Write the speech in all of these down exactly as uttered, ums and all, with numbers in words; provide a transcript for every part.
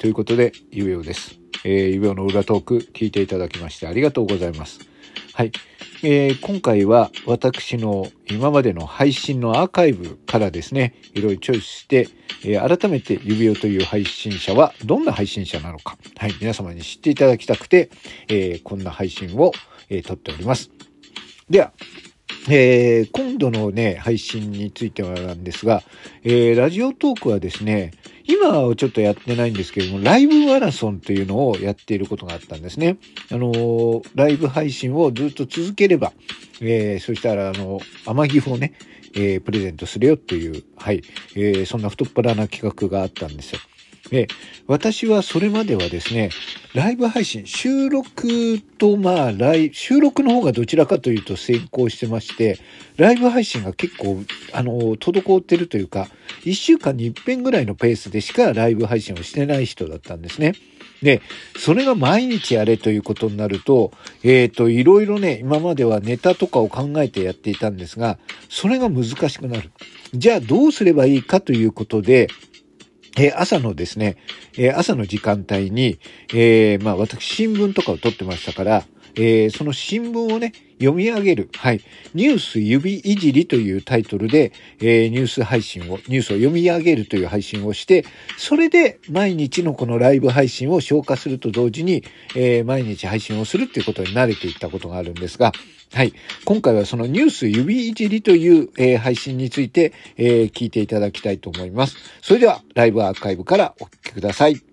ということで、ゆべおです。えー、ゆべおの裏トーク聞いていただきましてありがとうございます。はい。えー、今回は私の今までの配信のアーカイブからですね、いろいろチョイスして、えー、改めてゆべおという配信者はどんな配信者なのか、はい、皆様に知っていただきたくて、えー、こんな配信を、えー、撮っております。では、えー、今度のね、配信についてはなんですが、えー、ラジオトークはですね、今はちょっとやってないんですけれども、ライブマラソンというのをやっていることがあったんですね。あのー、ライブ配信をずっと続ければ、えー、そしたら、あの、天城をね、えー、プレゼントするよっていう、はい、えー、そんな太っ腹な企画があったんですよ。で、私はそれまではですね、ライブ配信、収録とまあ、ライ収録の方がどちらかというと先行してまして、ライブ配信が結構、あの、滞ってるというか、いっしゅうかんに一遍ぐらいのペースでしかライブ配信をしてない人だったんですね。で、それが毎日やれということになると、えっと、いろいろね、今まではネタとかを考えてやっていたんですが、それが難しくなる。じゃあどうすればいいかということで、えー、朝のですね、えー、朝の時間帯に、えー、まあ私新聞とかを撮ってましたから、えー、その新聞をね、読み上げる、はい、ニュース指いじりというタイトルで、えー、ニュース配信を、ニュースを読み上げるという配信をして、それで毎日のこのライブ配信を消化すると同時に、えー、毎日配信をするっていうことに慣れていったことがあるんですが、はい。今回はそのニュース指いじりという、えー、配信について、えー、聞いていただきたいと思います。それでは、ライブアーカイブからお聞きください。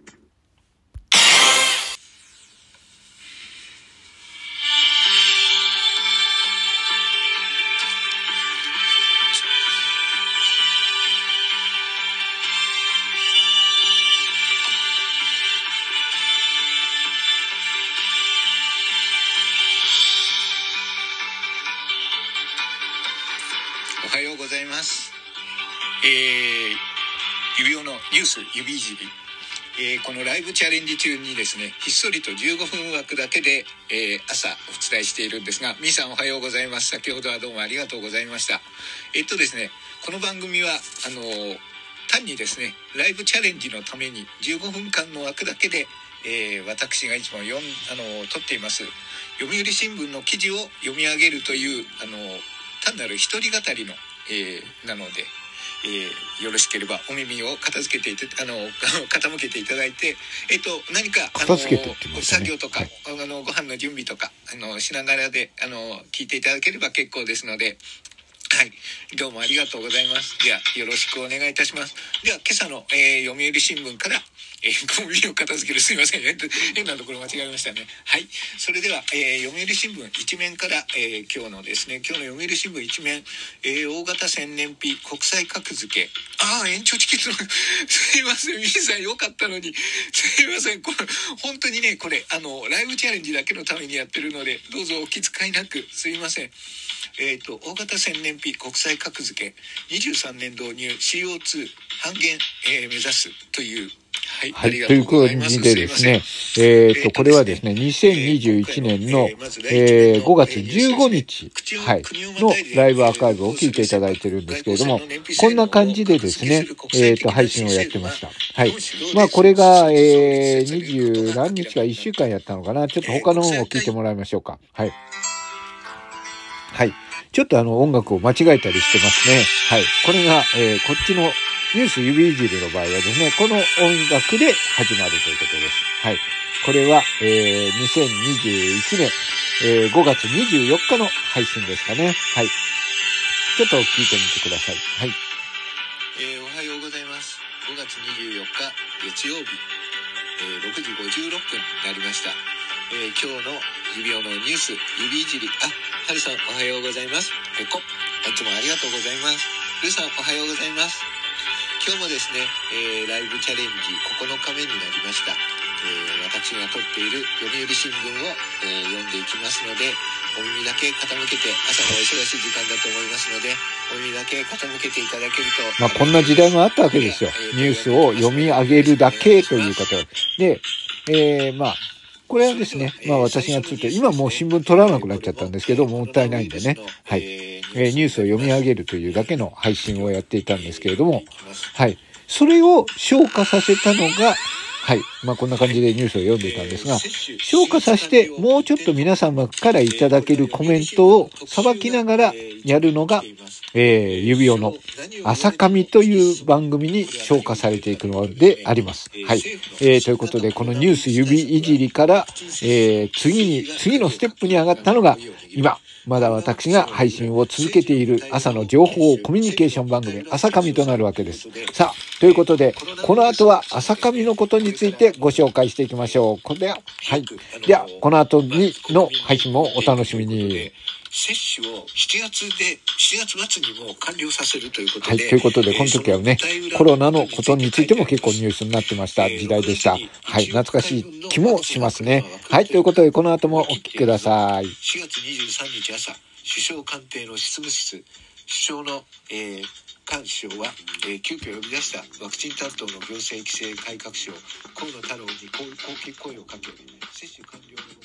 おはようございます。えー、指輪のニュース指いじり、えー、このライブチャレンジ中にですね、ひっそりとじゅうごふん枠だけで、えー、朝お伝えしているんですが、みーさんおはようございます。先ほどはどうもありがとうございました。えっとですね、この番組はあのー、単にですね、ライブチャレンジのためにじゅうごふんかんの枠だけで、えー、私がいつも読んあのー、撮っています読売新聞の記事を読み上げるというあのー単なる一人語りの、えー、なので、えー、よろしければお耳を片付けていてあの傾けていただいて、えっと何かあの、ね、作業とか、はい、あのご飯の準備とかあのしながらであの聞いていただければ結構ですので、はい、どうもありがとうございます。ではよろしくお願いいたします。では今朝の、えー、読売新聞から、えー、ご耳を片付けるすいません変なところ間違えましたね。はい、それでは、えー、読売新聞一面から、えー、今日のですね今日の読売新聞一面、えー、大型千年日国際格付け、ああ延長チケットのすいませんミーさんよかったのにすいません、これ本当にねこれあのライブチャレンジだけのためにやってるのでどうぞお気遣いなくすいません。えーと、大型千年日国際格付けにじゅうさんねん導入 シーオーツー 半減、えー、目指すという、はい、 はい、という感じでですね、えーと、これはですね、にせんにじゅういちねんの、えー、ごがつじゅうごにち、はい、のライブアーカイブを聞いていただいてるんですけれども、こんな感じでですね、えーと、配信をやってました。はい。まあ、これが、えー、にじゅうなんにちかいっしゅうかんやったのかな。ちょっと他の方を聞いてもらいましょうか。はい。はい。ちょっとあの音楽を間違えたりしてますね。はい。これが、えー、こっちのニュース指いじりの場合はですね、この音楽で始まるということです。はい。これは、えー、にせんにじゅういちねん、えー、ごがつにじゅうよっかの配信ですかね。はい。ちょっと聞いてみてください。はい。 えー、おはようございます。ごがつにじゅうよっか月曜日、えー、ろくじごじゅうろっぷんになりました。えー、今日の指輪のニュース指いじり、あ、はるさんおはようございます。ペコ、いつもありがとうございます。ルさんおはようございます。今日もですね、えー、ライブチャレンジここのかめになりました。えー、私が撮っている読売新聞を、えー、読んでいきますので、お耳だけ傾けて、朝のお忙しい時間だと思いますので、お耳だけ傾けていただけると。 まあこんな時代もあったわけですよ。ニュースを読み上げるだけという方で、えー、まあこれはですね、まあ私がついて、今もう新聞取らなくなっちゃったんですけど、もったいないんでね、はい、えー、ニュースを読み上げるというだけの配信をやっていたんですけれども、はい、それを消化させたのが、 はい。まあこんな感じでニュースを読んでいたんですが、消化させてもうちょっと皆様からいただけるコメントをさばきながらやるのが、えー、指輪の朝神という番組に消化されていくのであります。はい。えー、ということで、このニュース指いじりから、えー、次に、次のステップに上がったのが、今、まだ私が配信を続けている朝の情報コミュニケーション番組、朝神となるわけです。さあ、ということで、この後は朝神のことについてご紹介していきましょう。これでは、はい。では、この後にの配信もお楽しみに。 接種をしちがつで、しちがつ末にもう完了させるということで。 はい、ということで、この時はね、コロナのことについても結構ニュースになってました時代でした。はい、懐かしい気もしますね。はい、ということで、この後もお聞きください。 しがつにじゅうさんにち朝、首相官邸の執務室、首相の、えー、菅首相は、えー、急遽呼び出したワクチン担当の行政規制改革省、河野太郎にこう、こう声をかけ、接種完了の